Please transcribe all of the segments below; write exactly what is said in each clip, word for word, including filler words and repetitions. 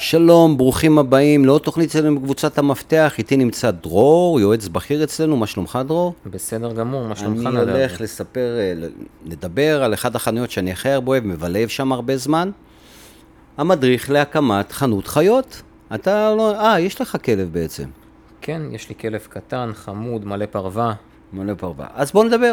שלום, ברוכים הבאים, לא תוכנית אצלנו בקבוצת המפתח, איתי נמצא דרור, יועץ בכיר אצלנו, מה שלומך דרור? בסדר גמור, מה שלומך אני נדב? הולך לספר, לדבר על אחד החנויות שאני הכי הרבה אוהב, מבלב שם הרבה זמן, המדריך להקמת חנות חיות. אתה לא, אה, יש לך כלב בעצם. כן, יש לי כלב קטן, חמוד, מלא פרווה. מלא פרווה. אז בואו נדבר.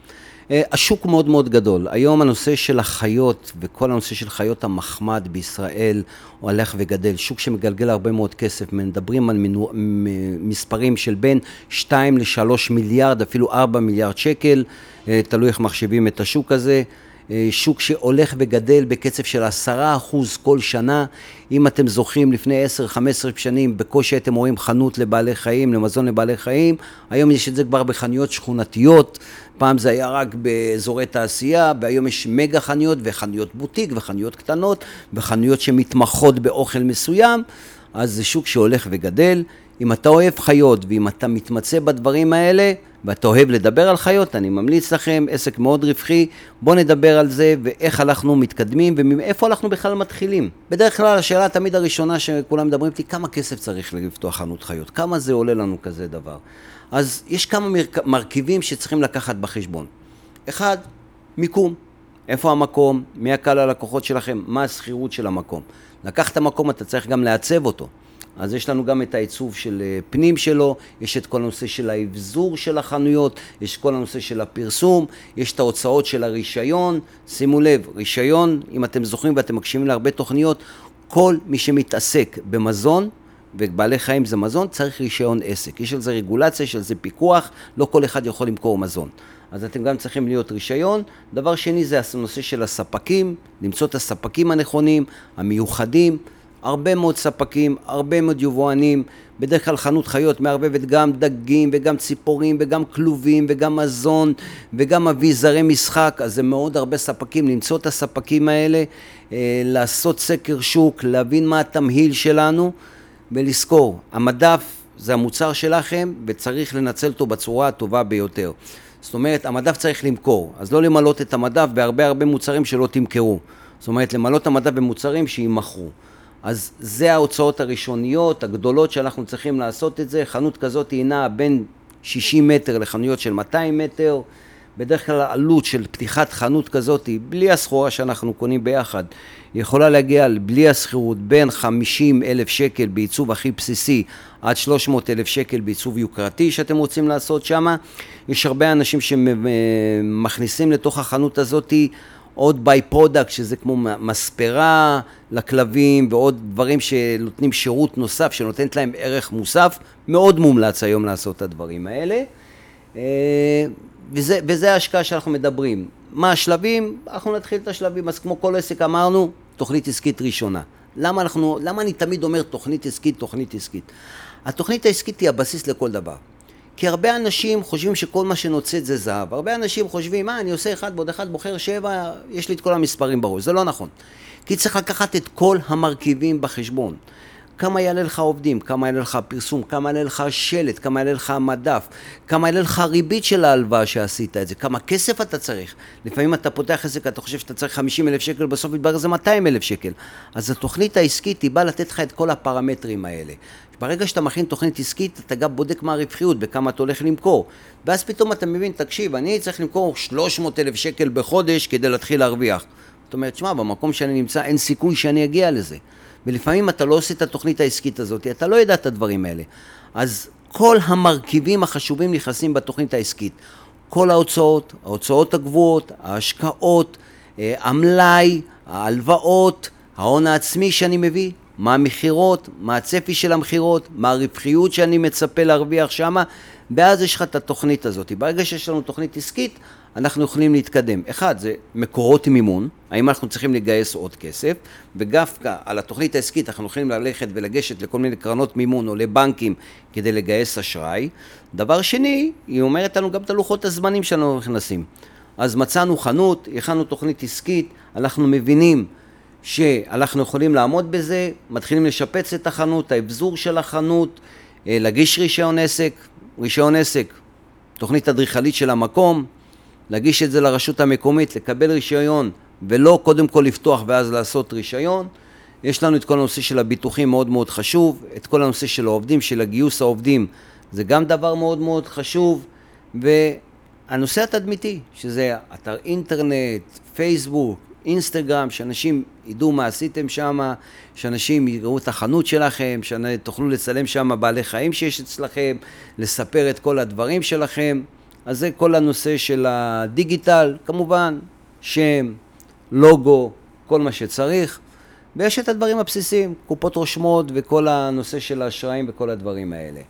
השוק מאוד מאוד גדול. היום הנושא של החיות וכל הנושא של חיות המחמד בישראל הוא הולך וגדל. שוק שמגלגל הרבה מאוד כסף. מדברים על מנו, מספרים של בין שתיים לשלוש מיליארד, אפילו ארבע מיליארד שקל. תלוי איך מחשבים את השוק הזה. שוק שהולך וגדל בקצב של עשרה אחוז כל שנה. אם אתם זוכרים, לפני עשר חמש עשרה שנים, בקושי אתם רואים חנות לבעלי חיים, למזון לבעלי חיים. היום יש את זה כבר בחנויות שכונתיות. פעם זה היה רק באזורי תעשייה, והיום יש מגה חנויות וחנויות בוטיק וחנויות קטנות וחנויות שמתמחות באוכל מסוים. אז זה שוק שהולך וגדל. אם אתה אוהב חיות ואם אתה מתמצא בדברים האלה ואתה אוהב לדבר על חיות, אני ממליץ לכם, עסק מאוד רווחי. בואו נדבר על זה ואיך אנחנו מתקדמים ומאיפה אנחנו בכלל מתחילים. בדרך כלל השאלה תמיד הראשונה שכולם מדברים איתי, כמה כסף צריך לפתוח חנות חיות? כמה זה עולה לנו כזה דבר? אז יש כמה מרכיבים שצריכים לקחת בחשבון. אחד, מיקום. איפה המקום? מי הקהל הלקוחות שלכם? מה הסחירות של המקום? לקחת המקום, אתה צריך גם לעצב אותו. אז יש לנו גם את העיצוב של פנים שלו, יש את כל הנושא של האבזור של החנויות, יש כל הנושא של הפרסום, יש את ההוצאות של הרישיון. שימו לב, רישיון, אם אתם זוכרים ואתם מקשיבים להרבה תוכניות, כל מי שמתעסק במזון, ובעלי חיים זה מזון, צריך רישיון עסק. יש על זה רגולציה, יש על זה פיקוח, לא כל אחד יכול למכור מזון. אז אתם גם צריכים להיות רישיון. דבר שני זה הנושא של הספקים, למצוא את הספקים הנכונים, המיוחדים, הרבה מאוד ספקים, הרבה מאוד יבואנים, בדרך כלל חנות חיות מערבבת גם דגים וגם ציפורים וגם כלובים וגם מזון וגם אביזרי משחק, אז זה מאוד הרבה ספקים, למצוא את הספקים האלה, לעשות סקר שוק, להבין מה התמהיל שלנו ולזכור, המדף זה המוצר שלכם וצריך לנצל אותו בצורה הטובה ביותר. זאת אומרת, המדף צריך למכור, אז לא למלות את המדף בהרבה הרבה מוצרים שלא תמכרו. זאת אומרת, למלות המדף במוצרים שימכרו. אז זה ההוצאות הראשוניות, הגדולות שאנחנו צריכים לעשות את זה. חנות כזאת היא נעה בין שישים מטר לחנויות של מאתיים מטר. בדרך כלל העלות של פתיחת חנות כזאת, בלי הסחורה שאנחנו קונים ביחד, יכולה להגיע בלי הסחירות בין חמישים אלף שקל בעיצוב הכי בסיסי, עד שלוש מאות אלף שקל בעיצוב יוקרתי שאתם רוצים לעשות שם. יש הרבה אנשים שמכניסים לתוך החנות הזאת עוד ביי פרודקט, שזה כמו מספרה לכלבים ועוד דברים שנותנים שירות נוסף, שנותנת להם ערך מוסף. מאוד מומלץ היום לעשות את הדברים האלה. וזה, וזה ההשקעה שאנחנו מדברים. מה השלבים? אנחנו נתחיל את השלבים. אז כמו כל עסק אמרנו, תוכנית עסקית ראשונה. למה אנחנו, למה אני תמיד אומר תוכנית עסקית, תוכנית עסקית? התוכנית העסקית היא הבסיס לכל דבר. כי הרבה אנשים חושבים שכל מה שנוצאת זה זהב. הרבה אנשים חושבים, מה, אני עושה אחד בעוד אחד, בוחר שבע, יש לי את כל המספרים בראש. זה לא נכון. כי צריך לקחת את כל המרכיבים בחשבון. כמה יעלה לך עובדים, כמה יעלה לך פרסום, כמה יעלה לך שלט, כמה יעלה לך מדף, כמה יעלה לך ריבית של ההלוואה שעשית את זה, כמה כסף אתה צריך. לפעמים אתה פותח עסק, אתה חושב שאתה צריך חמישים אלף שקל, בסוף יתברר זה מאתיים אלף שקל. אז התוכנית העסקית היא באה לתת לך את כל הפרמטרים האלה. ברגע שאתה מכין תוכנית עסקית, אתה גם בודק מה הרווחיות, בכמה אתה הולך למכור. ואז פתאום אתה מבין, תקשיב, אני צריך למכור שלוש מאות אלף שקל בחודש כדי להתחיל להרוויח. זאת אומרת, שמה, במקום שאני נמצא, אין סיכוי שאני אגיע לזה. ולפעמים אתה לא עושה את התוכנית העסקית הזאת, אתה לא יודע את הדברים האלה. אז כל המרכיבים החשובים נכנסים בתוכנית העסקית. כל ההוצאות, ההוצאות הגבוהות, ההשקעות, המלאי, ההלוואות, ההון העצמי שאני מביא, מה המחירות, מה הצפי של המחירות, מה הרווחיות שאני מצפה להרוויח שמה, ואז יש לך את התוכנית הזאת. ברגע שיש לנו תוכנית עסקית, אנחנו יכולים להתקדם. אחד, זה מקורות מימון, האם אנחנו צריכים לגייס עוד כסף, ודווקא על התוכנית העסקית אנחנו יכולים ללכת ולגשת לכל מיני קרנות מימון או לבנקים כדי לגייס אשראי. דבר שני, היא אומרת לנו גם את הלוחות הזמנים שאנחנו נכנסים. אז מצאנו חנות, הכנו תוכנית עסקית, אנחנו מבינים שאנחנו יכולים לעמוד בזה, מתחילים לשפץ את החנות, האבזור של החנות, להגיש רישיון עסק, רישיון עסק, תוכנית אדריכלית של המקום, להגיש את זה לרשות המקומית, לקבל רישיון, ולא קודם כל לפתוח ואז לעשות רישיון, יש לנו את כל הנושא של הביטוחים מאוד מאוד חשוב, את כל הנושא של העובדים, של הגיוס העובדים, זה גם דבר מאוד מאוד חשוב, והנושא התדמיתי, שזה אתר אינטרנט, פייסבוק, אינסטגרם, שאנשים ידעו מה עשיתם שם, שאנשים יראו את החנות שלכם, שתוכלו לצלם שם בעלי חיים שיש אצלכם, לספר את כל הדברים שלכם. אז זה כל הנושא של הדיגיטל, כמובן, שם, לוגו, כל מה שצריך. ויש את הדברים הבסיסיים, קופות רושמות וכל הנושא של האשראים וכל הדברים האלה.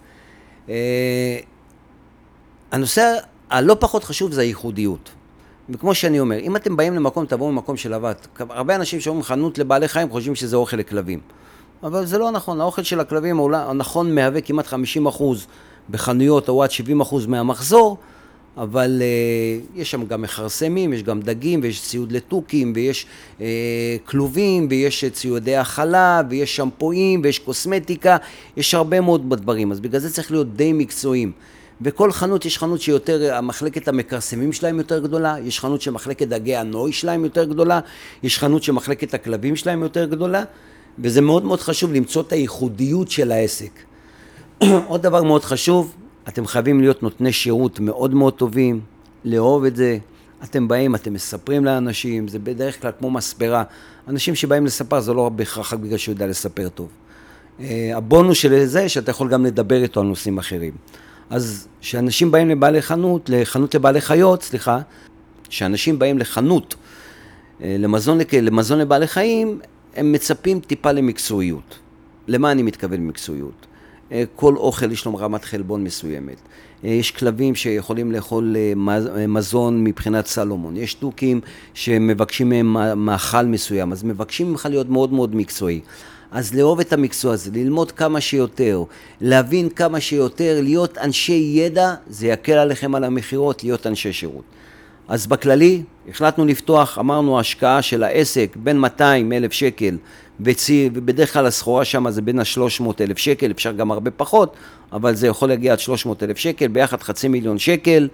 הנושא הלא פחות חשוב זה הייחודיות. וכמו שאני אומר, אם אתם באים למקום, תבואו למקום של אבט. הרבה אנשים שאומרים חנות לבעלי חיים חושבים שזה אוכל לכלבים. אבל זה לא נכון, האוכל של הכלבים נכון מהווה כמעט חמישים אחוז בחנויות או עד שבעים אחוז מהמחזור, אבל uh, יש שם גם מחרסמים, יש גם דגים, ויש ציוד לטוקים, ויש uh, כלובים, ויש ציודי החלה, ויש שמפואים, ויש קוסמטיקה, יש הרבה מאוד בדברים, אז בגלל זה צריך להיות די מקצועיים. בכל חנות יש חנות שיותר, מחלקת המקרסמים שלהם יותר גדולה, יש חנות שמחלקת דגי הנוי שלהם יותר גדולה, יש חנות שמחלקת הכלבים שלהם יותר גדולה, וזה מאוד מאוד חשוב למצוא את הייחודיות של העסק. עוד דבר מאוד חשוב, אתם חייבים להיות נותני שירות מאוד מאוד טובים, לאהוב את זה. אתם באים, אתם מספרים לאנשים, זה בדרך כלל כמו מספרה. אנשים שבאים לספר זה לא בהכרח בגלל שהוא יודע לספר טוב. הבונוס של זה שאתה יכול גם לדבר איתו על נושאים אחרים. אז שאנשים באים לבעלי חנות, לחנות לבעלי חיות, סליחה, שאנשים באים לחנות, למזון, למזון לבעלי חיים, הם מצפים טיפה למקצועיות. למה אני מתכוון במקצועיות? כל אוכל יש לו רמת חלבון מסוימת. יש כלבים שיכולים לאכול מזון מבחינת סלומון. יש טוקים שמבקשים מהם מאכל מסוים, אז מבקשים ממך להיות מאוד מאוד מקצועי. אז לאהוב את המקצוע הזה, ללמוד כמה שיותר, להבין כמה שיותר, להיות אנשי ידע, זה יקל עליכם על המחירות, להיות אנשי שירות. אז בכללי, החלטנו לפתוח, אמרנו, ההשקעה של העסק בין מאתיים אלף שקל, ובדרך כלל הסחורה שם זה בין ה-שלוש מאות אלף שקל, אפשר גם הרבה פחות, אבל זה יכול להגיע עד שלוש מאות אלף שקל, ביחד חצי מיליון שקל,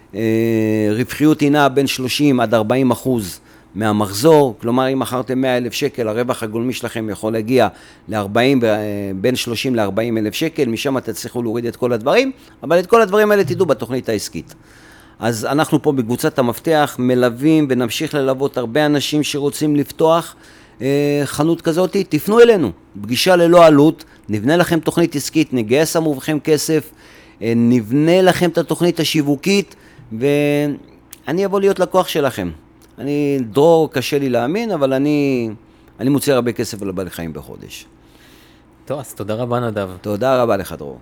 רווחיות הינה בין שלושים עד ארבעים אחוז מהמחזור, כלומר אם מכרתם מאה אלף שקל, הרווח הגולמי שלכם יכול להגיע ל-ארבעים, בין שלושים ל-ארבעים אלף שקל, משם תצליחו להוריד את כל הדברים, אבל את כל הדברים האלה תדעו בתוכנית העסקית. אז אנחנו פה בקבוצת המפתח מלווים ונמשיך ללוות הרבה אנשים שרוצים לפתוח אה, חנות כזאת, תפנו אלינו, פגישה ללא עלות, נבנה לכם תוכנית עסקית, נגייס עבורכם כסף, אה, נבנה לכם את התוכנית השיווקית, ואני אבוא להיות לקוח שלכם. אני, דרור, קשה לי להאמין, אבל אני, אני מוצא הרבה כסף על בעלי חיים בחודש. טוב, אז תודה רבה נדב. תודה רבה לך דרור.